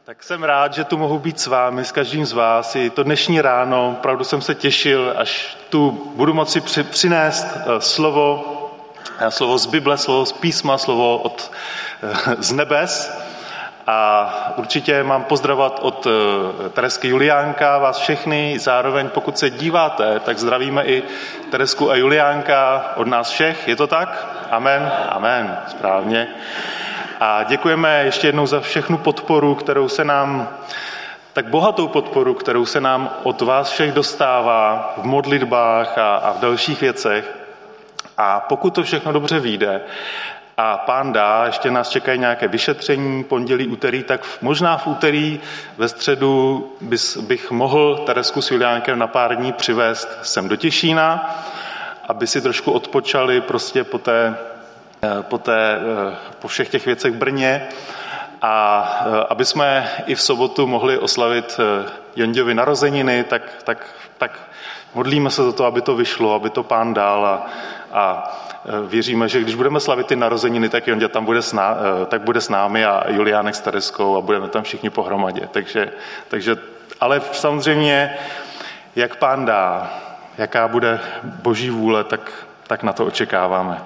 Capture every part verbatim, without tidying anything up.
Tak jsem rád, že tu mohu být s vámi, s každým z vás. I to dnešní ráno, opravdu jsem se těšil, až tu budu moci při, přinést slovo, slovo z Bible, slovo z písma, slovo od, z nebes. A určitě mám pozdravovat od Teresky Juliánka, vás všechny. Zároveň pokud se díváte, tak zdravíme i Teresku a Juliánka od nás všech. Je to tak? Amen? Amen. Správně. A děkujeme ještě jednou za všechnu podporu, kterou se nám, tak bohatou podporu, kterou se nám od vás všech dostává v modlitbách a, a v dalších věcech. A pokud to všechno dobře vyjde a Pán dá, ještě nás čekají nějaké vyšetření, pondělí, úterý, tak možná v úterý, ve středu bys, bych mohl Teresku s Juliánkem na pár dní přivést sem do Těšína, aby si trošku odpočali prostě po té Po, té, po všech těch věcech v Brně a aby jsme i v sobotu mohli oslavit Jonďovi narozeniny, tak, tak, tak modlíme se za to, aby to vyšlo, aby to Pán dal a, a věříme, že když budeme slavit ty narozeniny, tak Jonďa tam bude s, ná, tak bude s námi a Juliánek s Tereskou a budeme tam všichni pohromadě. Takže, takže, ale samozřejmě, jak Pán dá, jaká bude Boží vůle, tak, tak na to očekáváme.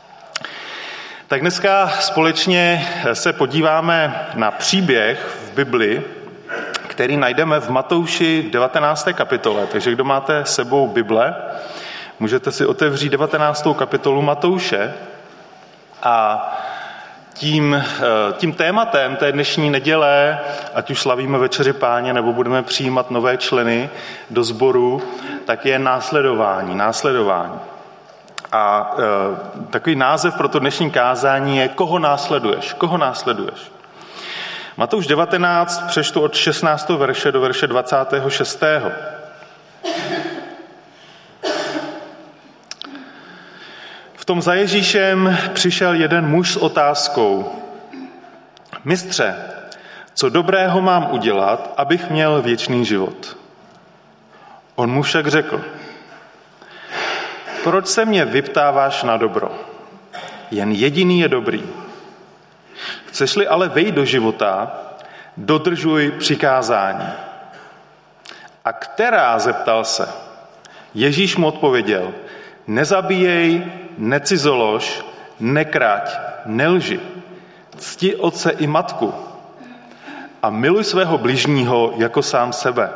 Tak dneska společně se podíváme na příběh v Bibli, který najdeme v Matouši v devatenácté kapitole. Takže kdo máte s sebou Bible, můžete si otevřít devatenáctou kapitolu Matouše a tím, tím tématem té dnešní neděle, ať už slavíme Večeři Páně nebo budeme přijímat nové členy do sboru, tak je následování, následování. A e, takový název pro to dnešní kázání je Koho následuješ? Koho následuješ? Matouš devatenáct, přečtu od šestnáctého verše do verše dvacátého šestého V tom za Ježíšem přišel jeden muž s otázkou. Mistře, co dobrého mám udělat, abych měl věčný život? On mu však řekl. Proč se mě vyptáváš na dobro? Jen jediný je dobrý. Chceš-li ale vejít do života, dodržuj přikázání. A která, zeptal se? Ježíš mu odpověděl, nezabíjej, necizolož, nekrať, nelži, cti otce i matku a miluj svého bližního jako sám sebe.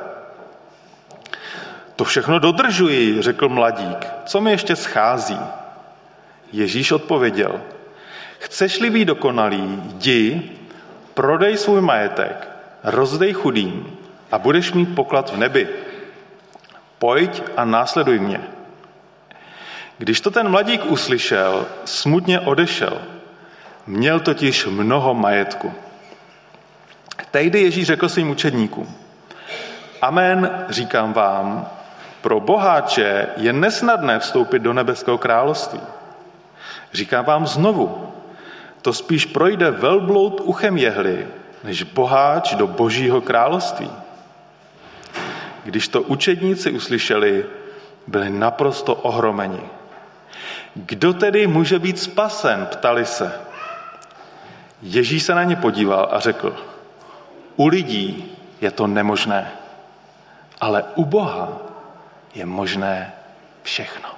To všechno dodržuji, řekl mladík. Co mi ještě schází? Ježíš odpověděl. Chceš-li být dokonalý, jdi, prodej svůj majetek, rozdej chudým a budeš mít poklad v nebi. Pojď a následuj mě. Když to ten mladík uslyšel, smutně odešel. Měl totiž mnoho majetku. Tehdy Ježíš řekl svým učedníkům. Amen, říkám vám, pro boháče je nesnadné vstoupit do nebeského království. Říkám vám znovu, to spíš projde velbloud uchem jehly, než boháč do Božího království. Když to učedníci uslyšeli, byli naprosto ohromeni. Kdo tedy může být spasen, ptali se. Ježíš se na ně podíval a řekl, u lidí je to nemožné, ale u Boha je možné všechno.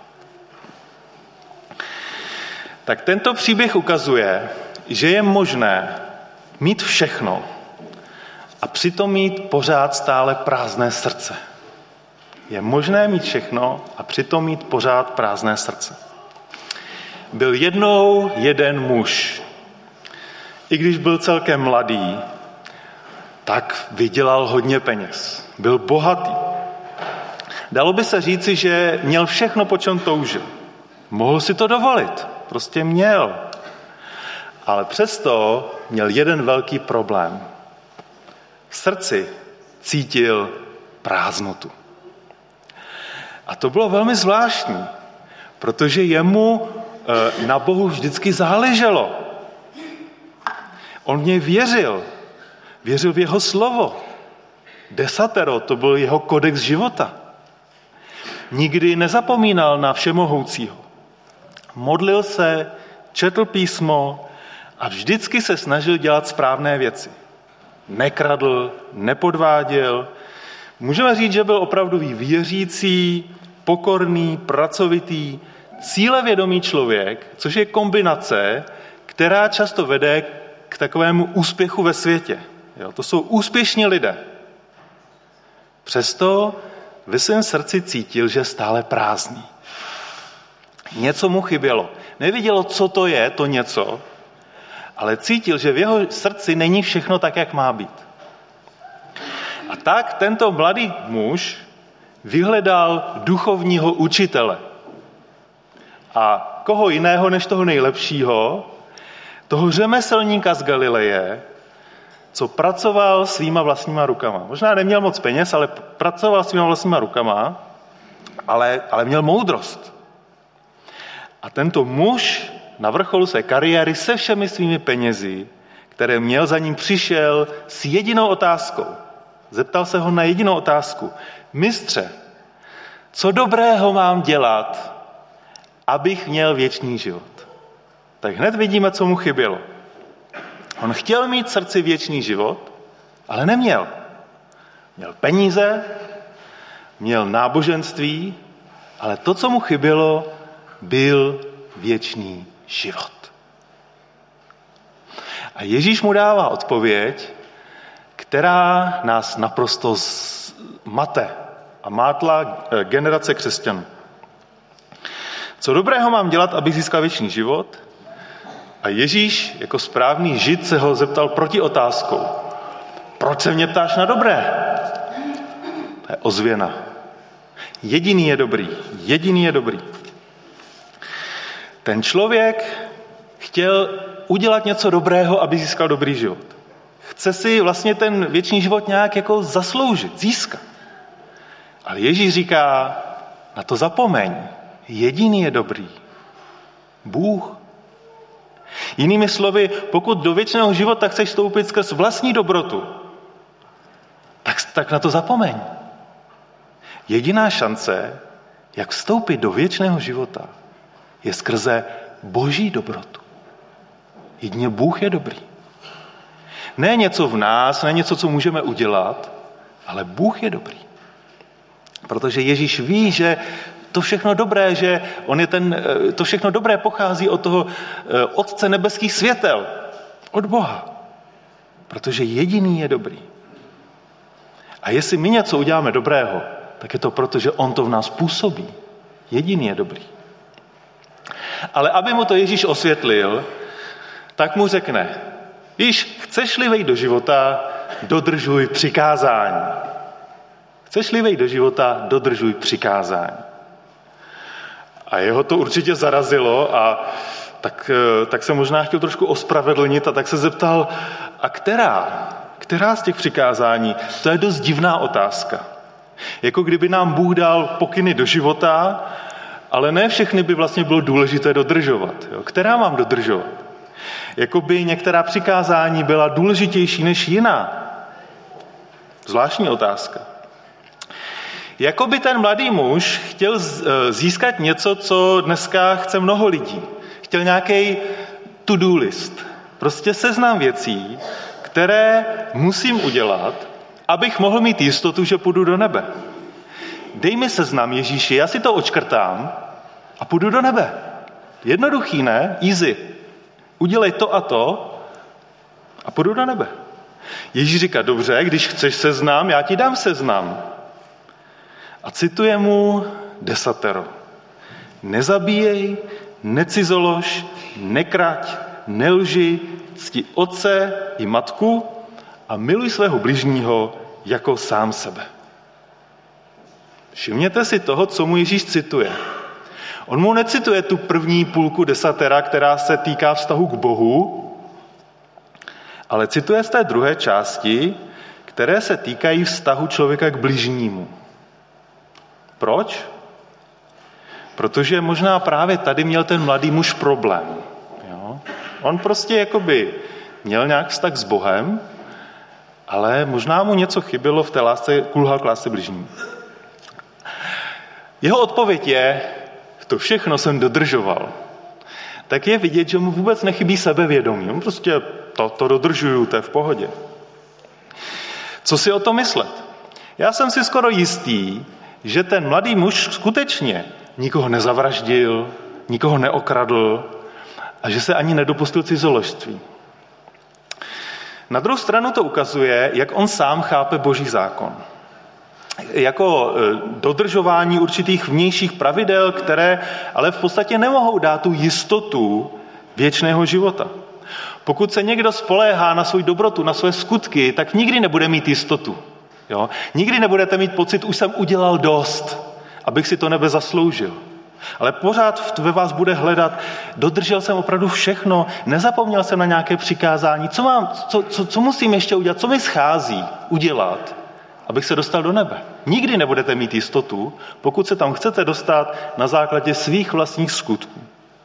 Tak tento příběh ukazuje, že je možné mít všechno a přitom mít pořád stále prázdné srdce. Je možné mít všechno a přitom mít pořád prázdné srdce. Byl jednou jeden muž. I když byl celkem mladý, tak vydělal hodně peněz. Byl bohatý. Dalo by se říci, že měl všechno, po čem toužil. Mohl si to dovolit. Prostě měl. Ale přesto měl jeden velký problém. V srdci cítil prázdnotu. A to bylo velmi zvláštní, protože jemu e, na Bohu vždycky záleželo. On v něj věřil. Věřil v jeho slovo. Desatero, to byl jeho kodex života. Nikdy nezapomínal na všemohoucího. Modlil se, četl písmo a vždycky se snažil dělat správné věci. nekradl, nepodváděl. Můžeme říct, že byl opravdový věřící, pokorný, pracovitý, cílevědomý člověk, což je kombinace, která často vede k takovému úspěchu ve světě. Jo, to jsou úspěšní lidé. Přesto ve svém srdci cítil, že je stále prázdný. Něco mu chybělo. Nevidělo, co to je, to něco, ale cítil, že v jeho srdci není všechno tak, jak má být. A tak tento mladý muž vyhledal duchovního učitele. A koho jiného než toho nejlepšího, toho řemeslníka z Galileje, co pracoval svýma vlastníma rukama. Možná neměl moc peněz, ale pracoval svýma vlastníma rukama, ale, ale měl moudrost. A tento muž na vrcholu své kariéry se všemi svými penězi, které měl, za ním přišel s jedinou otázkou. Zeptal se ho na jedinou otázku. Mistře, co dobrého mám dělat, abych měl věčný život? Tak hned vidíme, co mu chybělo. On chtěl mít v srdci věčný život, ale neměl. Měl peníze, měl náboženství, ale to, co mu chybělo, byl věčný život. A Ježíš mu dává odpověď, která nás naprosto mate a mátla generace křesťanů. Co dobrého mám dělat, abych získal věčný život? A Ježíš jako správný žid se ho zeptal proti otázkou. Proč se mě ptáš na dobré? To je ozvěna. Jediný je dobrý. Jediný je dobrý. Ten člověk chtěl udělat něco dobrého, aby získal dobrý život. Chce si vlastně ten věčný život nějak jako zasloužit, získat. Ale Ježíš říká, na to zapomeň. Jediný je dobrý. Bůh. Jinými slovy, pokud do věčného života chceš vstoupit skrz vlastní dobrotu, tak, tak na to zapomeň. Jediná šance, jak vstoupit do věčného života, je skrze Boží dobrotu. Jedině Bůh je dobrý. Ne něco v nás, ne něco, co můžeme udělat, ale Bůh je dobrý. Protože Ježíš ví, že to všechno dobré, že on je ten, to všechno dobré pochází od toho Otce nebeských světel, od Boha. Protože jediný je dobrý. A jestli my něco uděláme dobrého, tak je to proto, že on to v nás působí. Jediný je dobrý. Ale aby mu to Ježíš osvětlil, tak mu řekne, víš, chceš-li vejít do života, dodržuj přikázání. Chceš-li vejít do života, dodržuj přikázání. A jeho to určitě zarazilo a tak, tak se možná chtěl trošku ospravedlnit a tak se zeptal, a která? Která z těch přikázání? To je dost divná otázka. Jako kdyby nám Bůh dal pokyny do života, ale ne všechny by vlastně bylo důležité dodržovat. Jo? Která mám dodržovat? Jakoby některá přikázání byla důležitější než jiná. Zvláštní otázka. Jakoby ten mladý muž chtěl získat něco, co dneska chce mnoho lidí. Chtěl nějaký to-do list. Prostě seznam věcí, které musím udělat, abych mohl mít jistotu, že půjdu do nebe. Dej mi seznam, Ježíši, já si to očkrtám a půjdu do nebe. Jednoduchý, ne? Easy. Udělej to a to a půjdu do nebe. Ježíš říká, dobře, když chceš seznam, já ti dám seznam. A cituje mu desatero. Nezabíjej, necizolož, nekrať, nelži, cti otce i matku a miluj svého bližního jako sám sebe. Všimněte si toho, co mu Ježíš cituje. On mu necituje tu první půlku desatera, která se týká vztahu k Bohu, ale cituje z té druhé části, které se týkají vztahu člověka k bližnímu. Proč? Protože možná právě tady měl ten mladý muž problém. Jo? On prostě jakoby měl nějak vztah s Bohem, ale možná mu něco chybělo v té lásce, kulhal k lásce bližnímu. Jeho odpověď je, to všechno jsem dodržoval. Tak je vidět, že mu vůbec nechybí sebevědomí. On prostě to, to dodržuju, to je v pohodě. Co si o to myslet? Já jsem si skoro jistý, že ten mladý muž skutečně nikoho nezavraždil, nikoho neokradl a že se ani nedopustil cizoložství. Na druhou stranu to ukazuje, jak on sám chápe Boží zákon. Jako dodržování určitých vnějších pravidel, které ale v podstatě nemohou dát tu jistotu věčného života. Pokud se někdo spoléhá na svou dobrotu, na své skutky, tak nikdy nebude mít jistotu. Jo? Nikdy nebudete mít pocit, už jsem udělal dost, abych si to nebe zasloužil. Ale pořád ve vás bude hledat, dodržel jsem opravdu všechno, nezapomněl jsem na nějaké přikázání, co, mám, co, co, co musím ještě udělat, co mi schází udělat, abych se dostal do nebe. Nikdy nebudete mít jistotu, pokud se tam chcete dostat na základě svých vlastních skutků.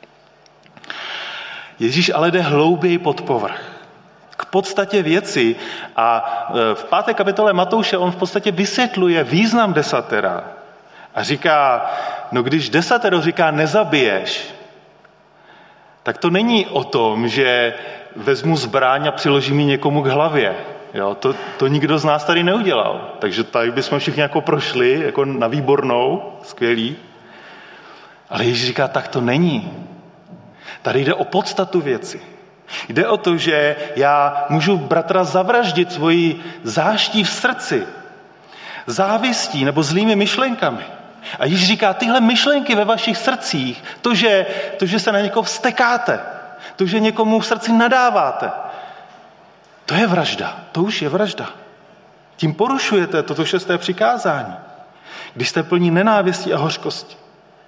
Ježíš ale jde hlouběji pod povrch, k podstatě věci a v páté kapitole Matouše on v podstatě vysvětluje význam desatera a říká, no když desatero říká nezabiješ, tak to není o tom, že vezmu zbraň a přiložím ji někomu k hlavě. Jo, to, to nikdo z nás tady neudělal. Takže tady bychom všichni jako prošli, jako na výbornou, skvělý. Ale Ježíš říká, tak to není. Tady jde o podstatu věci. Jde o to, že já můžu bratra zavraždit svoji záští v srdci, závistí nebo zlými myšlenkami. A Ježíš říká, tyhle myšlenky ve vašich srdcích, to že, to, že se na někoho vztekáte, to, že někomu v srdci nadáváte, to je vražda, to už je vražda. Tím porušujete toto šesté přikázání, když jste plní nenávistí a hořkosti.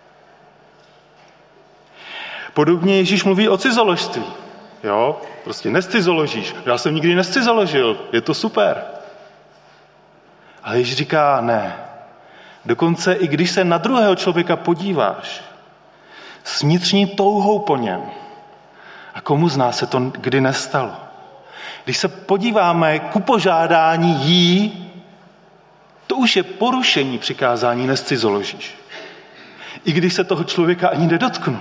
Podobně Ježíš mluví o cizoložství. Jo, prostě nescizoložíš. Já jsem nikdy nescizoložil, je to super. Ale Ježíš říká ne. Dokonce i když se na druhého člověka podíváš s vnitřní touhou po něm, a komu z nás se to kdy nestalo, když se podíváme ku požádání jí, to už je porušení přikázání nescizoložíš. I když se toho člověka ani nedotknu.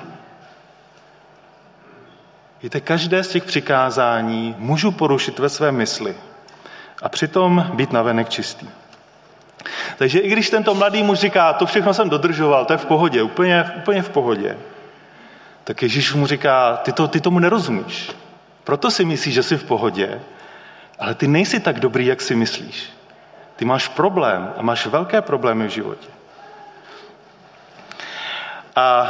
Víte, každé z těch přikázání můžu porušit ve své mysli a přitom být navenek čistý. Takže i když tento mladý muž říká, to všechno jsem dodržoval, to je v pohodě, úplně, úplně v pohodě, tak Ježíš mu říká, ty, to, ty tomu nerozumíš. Proto si myslíš, že jsi v pohodě, ale ty nejsi tak dobrý, jak si myslíš. Ty máš problém a máš velké problémy v životě. A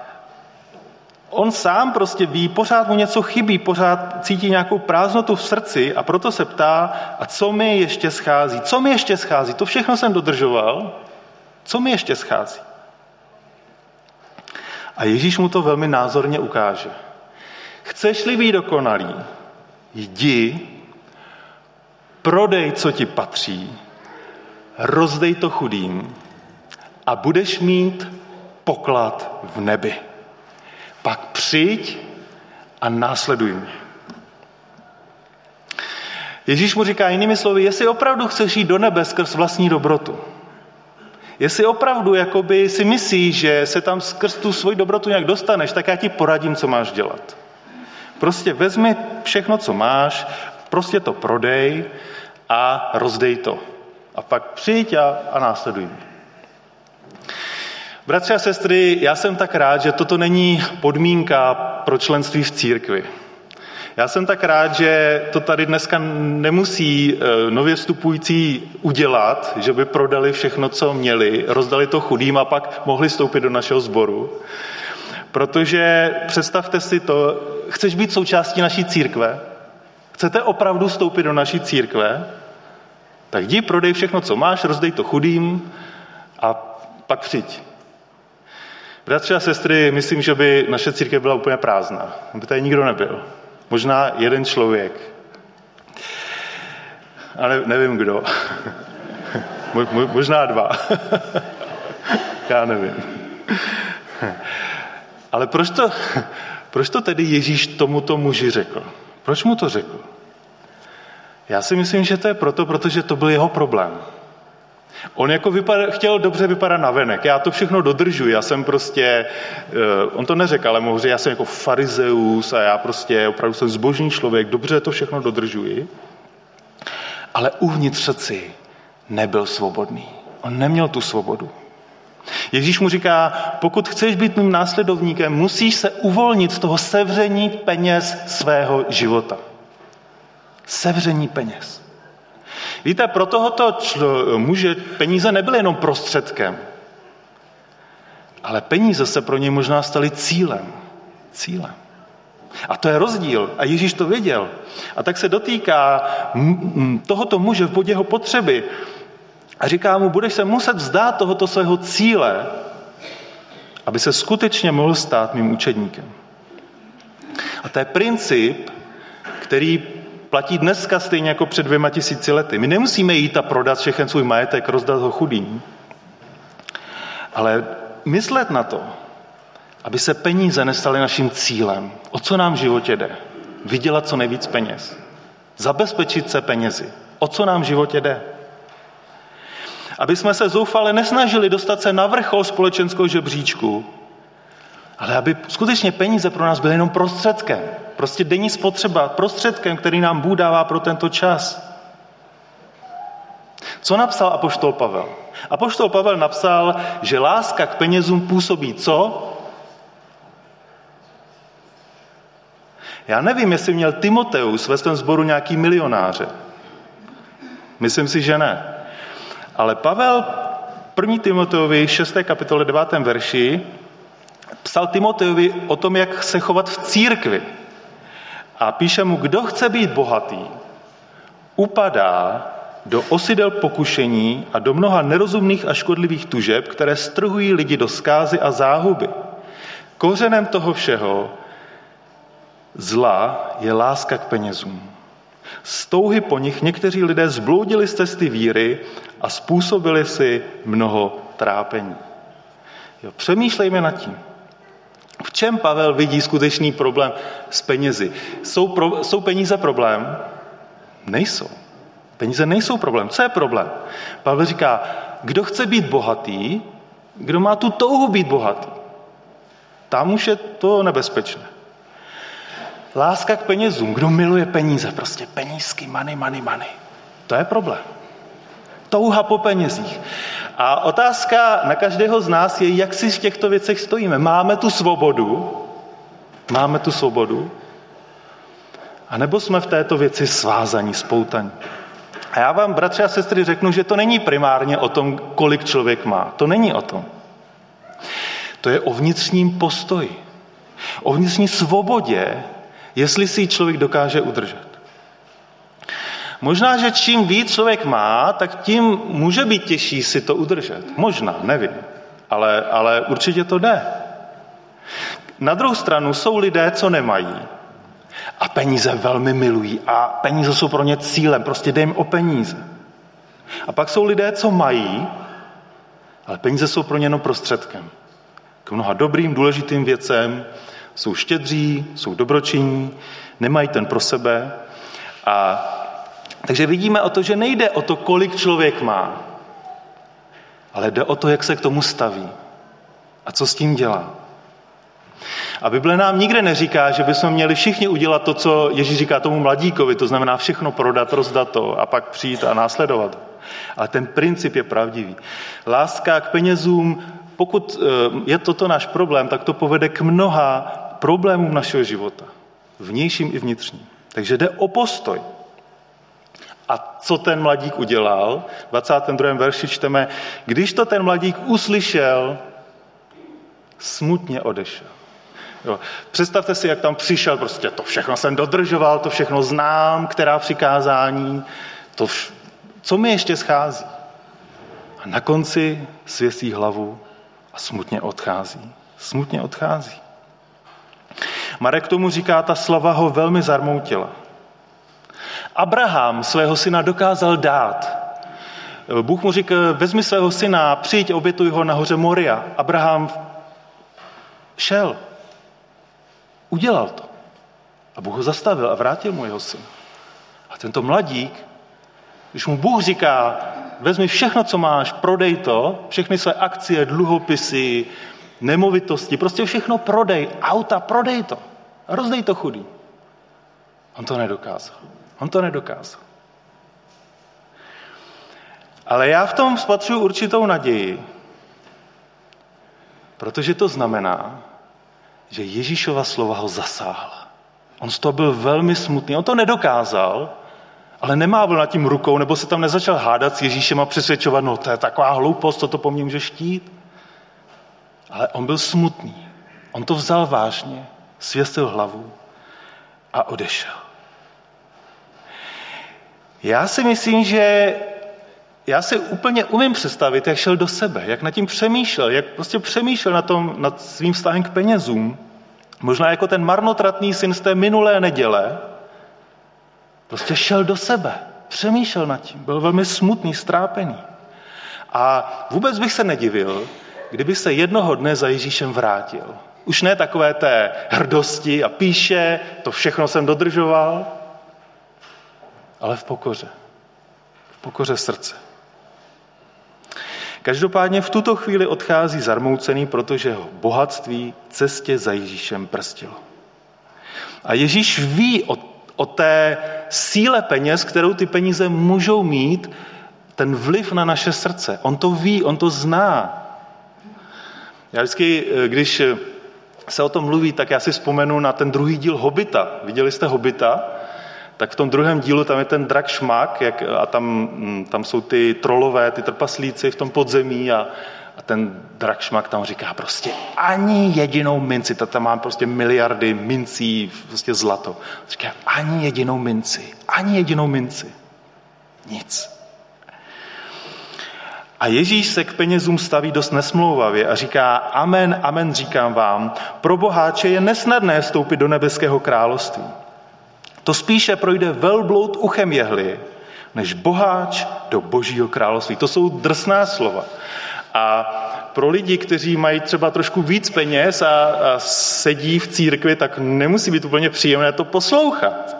on sám prostě ví, pořád mu něco chybí, pořád cítí nějakou prázdnotu v srdci a proto se ptá, a co mi ještě schází? Co mi ještě schází? To všechno jsem dodržoval. Co mi ještě schází? A Ježíš mu to velmi názorně ukáže. Chceš-li být dokonalý, jdi, prodej, co ti patří, rozdej to chudým a budeš mít poklad v nebi. Pak přijď a následuj mě. Ježíš mu říká jinými slovy, jestli opravdu chceš jít do nebe skrz vlastní dobrotu, jestli opravdu jakoby si myslíš, že se tam skrz tu svoji dobrotu nějak dostaneš, tak já ti poradím, co máš dělat. Prostě vezmi všechno, co máš, prostě to prodej a rozdej to. A pak přijď a, a následuj mě. Bratři a sestry, já jsem tak rád, že toto není podmínka pro členství v církvi. Já jsem tak rád, že to tady dneska nemusí nově vstupující udělat, že by prodali všechno, co měli, rozdali to chudým a pak mohli vstoupit do našeho sboru. Protože představte si to, chceš být součástí naší církve? Chcete opravdu vstoupit do naší církve? Tak jdi, prodej všechno, co máš, rozdej to chudým a pak přijď. Bratři a sestry, myslím, že by naše církev byla úplně prázdná. By tady nikdo nebyl. Možná jeden člověk. Ale nevím kdo. Možná dva. Já nevím. Ale proč to, proč to tedy Ježíš tomuto muži řekl? Proč mu to řekl? Já si myslím, že to je proto, protože to byl jeho problém. On jako vypadá, chtěl dobře vypadat navenek. Já to všechno dodržuji. Já jsem prostě, on to neřekl, ale mohl říct, já jsem jako farizeus a já prostě opravdu jsem zbožný člověk, dobře to všechno dodržuji. ale uvnitř srdci nebyl svobodný. On neměl tu svobodu. Ježíš mu říká, pokud chceš být mým následovníkem, musíš se uvolnit z toho sevření peněz svého života. Sevření peněz. Víte, pro tohoto člo- muže peníze nebyly jenom prostředkem, ale peníze se pro něj možná staly cílem. Cílem. A to je rozdíl. A Ježíš to věděl. A tak se dotýká tohoto muže v bodě jeho potřeby a říká mu, budeš se muset vzdát tohoto svého cíle, aby se skutečně mohl stát mým učedníkem. A to je princip, který platí dneska stejně jako před dvěma tisíci lety. My nemusíme jít a prodat všechen svůj majetek, rozdat ho chudým, ale myslet na to, aby se peníze nestaly naším cílem. O co nám v životě jde? Vydělat co nejvíc peněz. Zabezpečit se penězi. O co nám v životě jde? Aby jsme se zoufale nesnažili dostat se na vrchol společenského žebříčku, ale aby skutečně peníze pro nás byly jenom prostředkem. Prostě denní spotřeba, prostředkem, který nám Bůh dává pro tento čas. Co napsal apoštol Pavel? Apoštol Pavel napsal, že láska k penězům působí co? Já nevím, jestli měl Timoteus ve svém sboru nějaký milionáře. Myslím si, že ne. Ale Pavel první Timoteovi šesté kapitole devátém verši psal Timoteovi o tom, jak se chovat v církvi. A píše mu, kdo chce být bohatý, upadá do osidel pokušení a do mnoha nerozumných a škodlivých tužeb, které strhují lidi do zkázy a záhuby. Kořenem toho všeho zla je láska k penězům. Z touhy po nich někteří lidé zbloudili z cesty víry a způsobili si mnoho trápení. Jo, přemýšlejme nad tím. V čem Pavel vidí skutečný problém s penězi? Jsou, pro, jsou peníze problém? Nejsou. Peníze nejsou problém. Co je problém? Pavel říká, kdo chce být bohatý, kdo má tu touhu být bohatý. Tam už je to nebezpečné. Láska k penězům. Kdo miluje peníze? Prostě penízky, money, money, money. To je problém. Touha po penězích. A otázka na každého z nás je, jak si v těchto věcech stojíme. Máme tu svobodu? Máme tu svobodu? A nebo jsme v této věci svázaní, spoutaní? A já vám, bratři a sestry, řeknu, že to není primárně o tom, kolik člověk má. To není o tom. To je o vnitřním postoji. O vnitřní svobodě, jestli si ji člověk dokáže udržet. Možná, že čím víc člověk má, tak tím může být těžší si to udržet. Možná, nevím. Ale, ale určitě to jde. Na druhou stranu jsou lidé, co nemají. A peníze velmi milují. A peníze jsou pro ně cílem. Prostě jde jim o peníze. A pak jsou lidé, co mají, ale peníze jsou pro ně jenom prostředkem. K mnoha dobrým, důležitým věcem. Jsou štědří, jsou dobročinní, nemají ten pro sebe. A takže vidíme o to, že nejde o to, kolik člověk má, ale jde o to, jak se k tomu staví a co s tím dělá. A Bible nám nikde neříká, že bychom měli všichni udělat to, co Ježíš říká tomu mladíkovi, to znamená všechno prodat, rozdat to a pak přijít a následovat. Ale ten princip je pravdivý. Láska k penězům, pokud je toto náš problém, tak to povede k mnoha problémům našeho života. Vnějším i vnitřním. Takže jde o postoj. A co ten mladík udělal? V dvacátém druhém verši čteme, když to ten mladík uslyšel, smutně odešel. Jo. Představte si, jak tam přišel, prostě to všechno jsem dodržoval, to všechno znám, která přikázání, to vš- co mi ještě schází. A na konci svěsí hlavu a smutně odchází. Smutně odchází. Marek tomu říká, ta slova ho velmi zarmoutila. Abraham svého syna dokázal dát. Bůh mu říkal, vezmi svého syna, přijď, obětuj ho na hoře Moria. Abraham šel. Udělal to. A Bůh ho zastavil a vrátil mu jeho syna. A tento mladík, když mu Bůh říká, vezmi všechno, co máš, prodej to, všechny své akcie, dluhopisy, nemovitosti, prostě všechno prodej, auta, prodej to. A rozdej to chudý. On to nedokázal. On to nedokázal. Ale já v tom spatřuji určitou naději, protože to znamená, že Ježíšova slova ho zasáhla. On z toho byl velmi smutný. On to nedokázal, ale nemával nad tím rukou, nebo se tam nezačal hádat s Ježíšem a přesvědčovat, no to je taková hloupost, co to po mně může štít. Ale on byl smutný. On to vzal vážně, svěsil hlavu a odešel. Já si myslím, že já si úplně umím představit, jak šel do sebe, jak nad tím přemýšlel, jak prostě přemýšlel nad, tom, nad svým vztahem k penězům. Možná jako ten marnotratný syn z té minulé neděle, prostě šel do sebe, přemýšlel nad tím, byl velmi smutný, strápený. A vůbec bych se nedivil, kdyby se jednoho dne za Ježíšem vrátil. Už ne takové té hrdosti a píše, to všechno jsem dodržoval, ale v pokoře. V pokoře srdce. Každopádně v tuto chvíli odchází zarmoucený, protože ho bohatství cestě za Ježíšem brzdilo. A Ježíš ví o, o té síle peněz, kterou ty peníze můžou mít, ten vliv na naše srdce. On to ví, on to zná. Já vždycky, když se o tom mluví, tak já si vzpomenu na ten druhý díl Hobita. Viděli jste Hobita? Tak v tom druhém dílu tam je ten drak Šmak jak, a tam, tam jsou ty trolové, ty trpaslíci v tom podzemí a, a ten drak Šmak tam říká prostě ani jedinou minci, to tam mám prostě miliardy mincí, prostě zlato. Říká ani jedinou minci, ani jedinou minci. Nic. A Ježíš se k penězům staví dost nesmlouvavě a říká amen, amen říkám vám, pro boháče je nesnadné vstoupit do nebeského království. To spíše projde velbloud uchem jehly, než boháč do božího království. To jsou drsná slova. A pro lidi, kteří mají třeba trošku víc peněz a, a sedí v církvi, tak nemusí být úplně příjemné to poslouchat.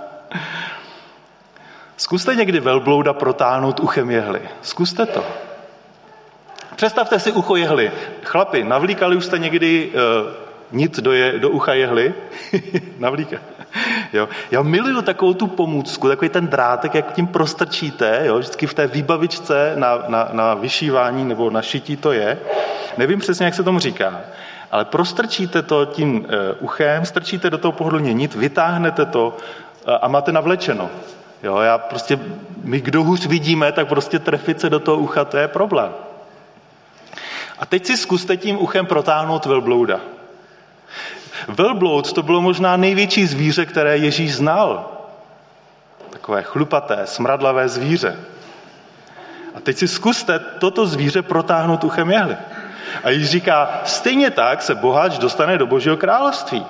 Zkuste někdy velblouda protáhnout uchem jehly. Zkuste to. Představte si ucho jehly. Chlapi, navlíkali už jste někdy uh, nit do, je, do ucha jehly? Navlíkali. Jo. Já miluju takovou tu pomůcku, takový ten drátek, jak tím prostrčíte, jo, vždycky v té výbavičce na, na, na vyšívání nebo na šití to je. Nevím přesně, jak se tomu říká, ale prostrčíte to tím uh, uchem, strčíte do toho pohodlně nit, vytáhnete to uh, a máte navlečeno. Jo, já prostě, my kdo hůř vidíme, tak prostě trefit se do toho ucha, to je problém. A teď si zkuste tím uchem protáhnout velblouda. Velbloud to bylo možná největší zvíře, které Ježíš znal. Takové chlupaté, smradlavé zvíře. A teď si zkuste toto zvíře protáhnout uchem jehly. A Ježíš říká, stejně tak se boháč dostane do Božího království.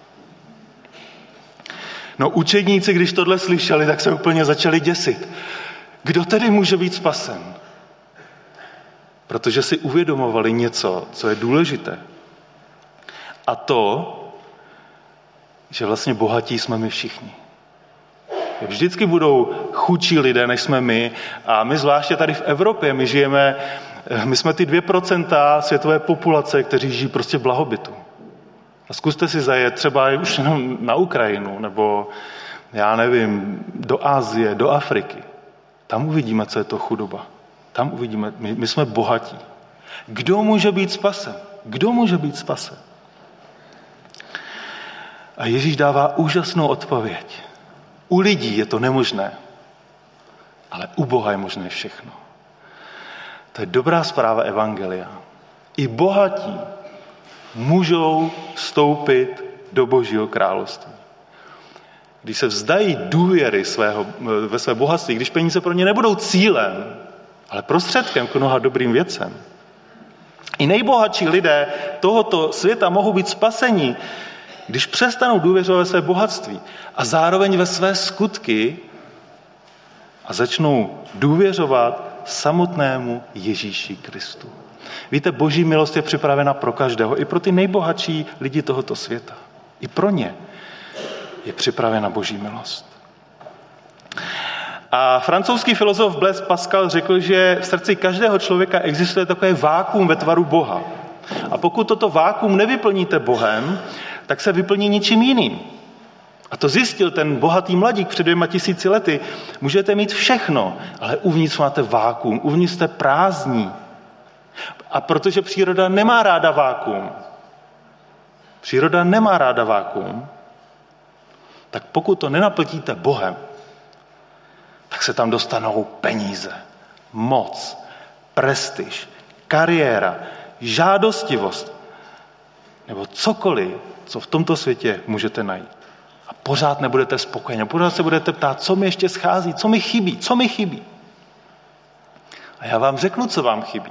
No učedníci, když tohle slyšeli, tak se úplně začali děsit. Kdo tedy může být spasen? Protože si uvědomovali něco, co je důležité. A to, že vlastně bohatí jsme my všichni. Vždycky budou chudší lidé, než jsme my. A my zvláště tady v Evropě, my žijeme, my jsme ty dvě procenta světové populace, kteří žijí prostě v blahobytu. A zkuste si zajet třeba už jenom na Ukrajinu, nebo já nevím, do Asie, do Afriky. Tam uvidíme, co je to chudoba. Tam uvidíme, my, my jsme bohatí. Kdo může být spasen? Kdo může být spasen? A Ježíš dává úžasnou odpověď. U lidí je to nemožné, ale u Boha je možné všechno. To je dobrá zpráva evangelia. I bohatí můžou vstoupit do Božího království. Když se vzdají důvěry svého, ve své bohatství, když peníze pro ně nebudou cílem, ale prostředkem k mnoha dobrým věcem. I nejbohatší lidé tohoto světa mohou být spaseni, když přestanou důvěřovat ve své bohatství a zároveň ve své skutky a začnou důvěřovat samotnému Ježíši Kristu. Víte, Boží milost je připravena pro každého, i pro ty nejbohatší lidi tohoto světa. I pro ně je připravena Boží milost. A francouzský filozof Blaise Pascal řekl, že v srdci každého člověka existuje takové vákuum ve tvaru Boha. A pokud toto vákuum nevyplníte Bohem, tak se vyplní ničím jiným. A to zjistil ten bohatý mladík před dvěma tisíci lety. Můžete mít všechno, ale uvnitř máte vákuum, uvnitř jste prázdní. A protože příroda nemá ráda vákuum, příroda nemá ráda vákuum, tak pokud to nenaplníte Bohem, tak se tam dostanou peníze, moc, prestiž, kariéra, žádostivost nebo cokoliv, co v tomto světě můžete najít. A pořád nebudete spokojeni. Pořád se budete ptát, co mi ještě schází, co mi chybí, co mi chybí. A já vám řeknu, co vám chybí.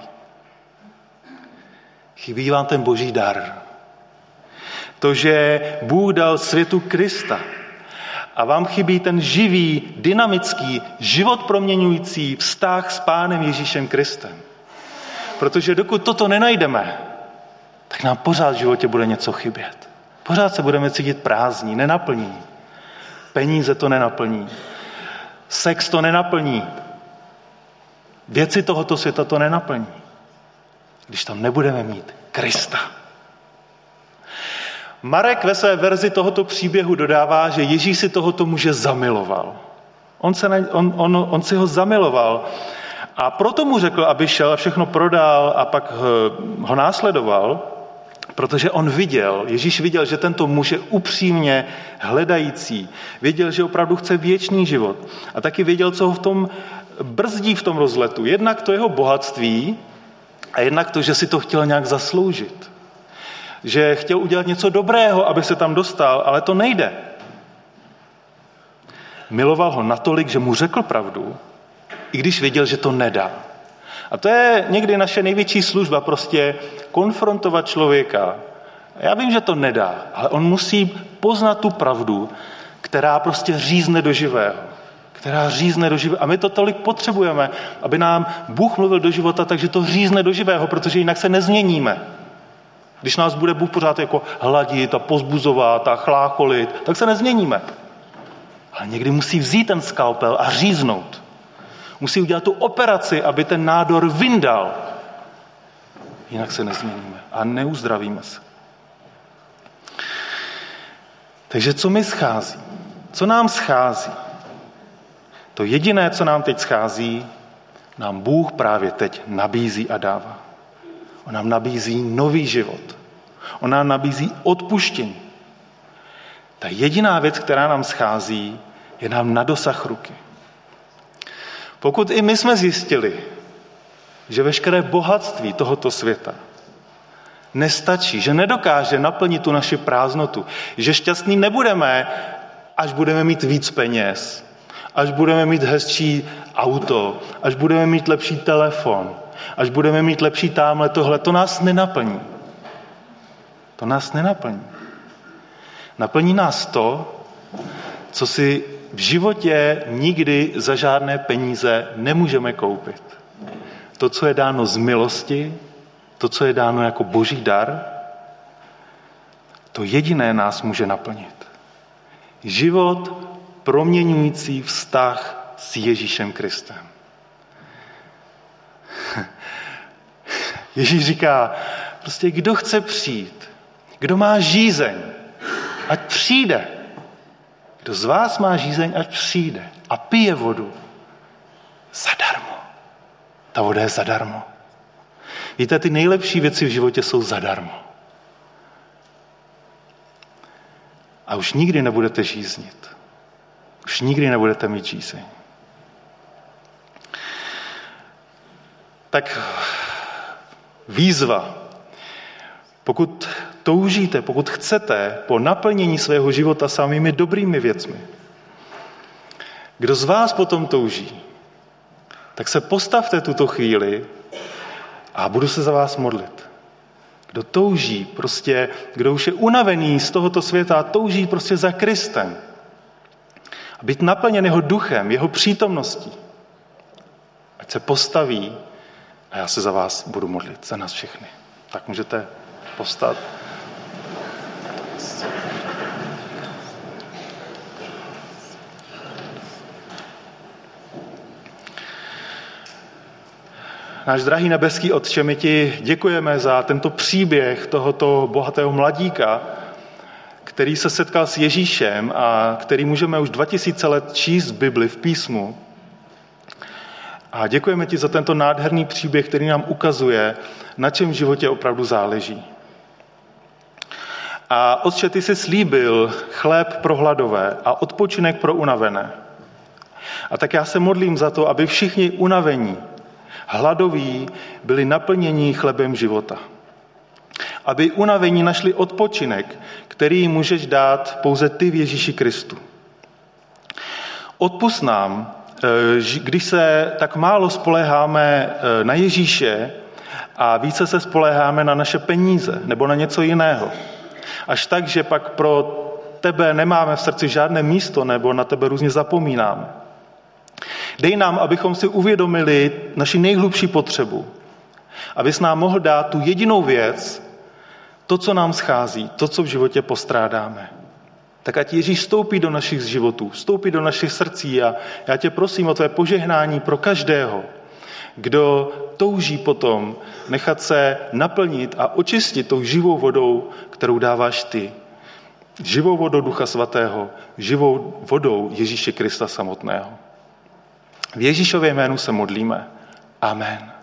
Chybí vám ten boží dar. To, že Bůh dal světu Krista. A vám chybí ten živý, dynamický, život proměňující vztah s Pánem Ježíšem Kristem. Protože dokud toto nenajdeme, tak nám pořád v životě bude něco chybět. Pořád se budeme cítit prázdní, nenaplní. Peníze to nenaplní. Sex to nenaplní. Věci tohoto světa to nenaplní. Když tam nebudeme mít Krista. Marek ve své verzi tohoto příběhu dodává, že Ježíš si tohoto muže zamiloval. On, se na, on, on, on si ho zamiloval a proto mu řekl, aby šel a všechno prodal a pak ho následoval, protože on viděl, Ježíš viděl, že tento muž je upřímně hledající. Věděl, že opravdu chce věčný život. A taky věděl, co ho v tom brzdí v tom rozletu. Jednak to jeho bohatství a jednak to, že si to chtěl nějak zasloužit. Že chtěl udělat něco dobrého, aby se tam dostal, ale to nejde. Miloval ho natolik, že mu řekl pravdu, i když věděl, že to nedá. A to je někdy naše největší služba, prostě konfrontovat člověka. Já vím, že to nedá, ale on musí poznat tu pravdu, která prostě řízne do živého. Která řízne do živého. A my to tolik potřebujeme, aby nám Bůh mluvil do života, takže to řízne do živého, protože jinak se nezměníme. Když nás bude Bůh pořád jako hladit a pozbuzovat a chlácholit, tak se nezměníme. Ale někdy musí vzít ten skalpel a říznout. Musí udělat tu operaci, aby ten nádor vyndal. Jinak se nezměníme a neuzdravíme se. Takže co mi schází? Co nám schází? To jediné, co nám teď schází, nám Bůh právě teď nabízí a dává. On nám nabízí nový život. On nám nabízí odpuštění. Ta jediná věc, která nám schází, je nám na dosah ruky. Pokud i my jsme zjistili, že veškeré bohatství tohoto světa nestačí, že nedokáže naplnit tu naši prázdnotu, že šťastní nebudeme, až budeme mít víc peněz, až budeme mít hezčí auto, až budeme mít lepší telefon, až budeme mít lepší támhle tohle, to nás nenaplní. To nás nenaplní. Naplní nás to, co si v životě nikdy za žádné peníze nemůžeme koupit. To, co je dáno z milosti, to, co je dáno jako boží dar, to jediné nás může naplnit. Život proměňující vztah s Ježíšem Kristem. Ježíš říká, prostě kdo chce přijít, kdo má žízeň, ať přijde. Kdo z vás má žízeň, ať přijde a pije vodu zadarmo. Ta voda je zadarmo. Víte, ty nejlepší věci v životě jsou zadarmo. A už nikdy nebudete žíznit. Už nikdy nebudete mít žízeň. Tak výzva. Pokud toužíte, pokud chcete po naplnění svého života samými dobrými věcmi, kdo z vás potom touží, tak se postavte tuto chvíli a budu se za vás modlit. Kdo touží, prostě, kdo už je unavený z tohoto světa a touží prostě za Kristem, a být naplněn jeho duchem, jeho přítomností, ať se postaví a já se za vás budu modlit, za nás všechny. Tak můžete povstat. Náš drahý nebeský Otče, my ti děkujeme za tento příběh tohoto bohatého mladíka, který se setkal s Ježíšem a který můžeme už dva tisíce let číst v Bibli, v písmu. A děkujeme ti za tento nádherný příběh, který nám ukazuje, na čem v životě opravdu záleží. A Otče, ty jsi slíbil chléb pro hladové a odpočinek pro unavené. A tak já se modlím za to, aby všichni unavení, hladoví byli naplněni chlebem života. Aby unavení našli odpočinek, který můžeš dát pouze ty v Ježíši Kristu. Odpusť nám, když se tak málo spoléháme na Ježíše a více se spoléháme na naše peníze nebo na něco jiného. Až tak, že pak pro tebe nemáme v srdci žádné místo nebo na tebe různě zapomínáme. Dej nám, abychom si uvědomili naši nejhlubší potřebu. Abys nám mohl dát tu jedinou věc, to, co nám schází, to, co v životě postrádáme. Tak ať Ježíš vstoupí do našich životů, vstoupí do našich srdcí a já tě prosím o tvé požehnání pro každého, kdo touží potom nechat se naplnit a očistit tou živou vodou, kterou dáváš ty. Živou vodou Ducha Svatého, živou vodou Ježíše Krista samotného. V Ježíšově jménu se modlíme. Amen.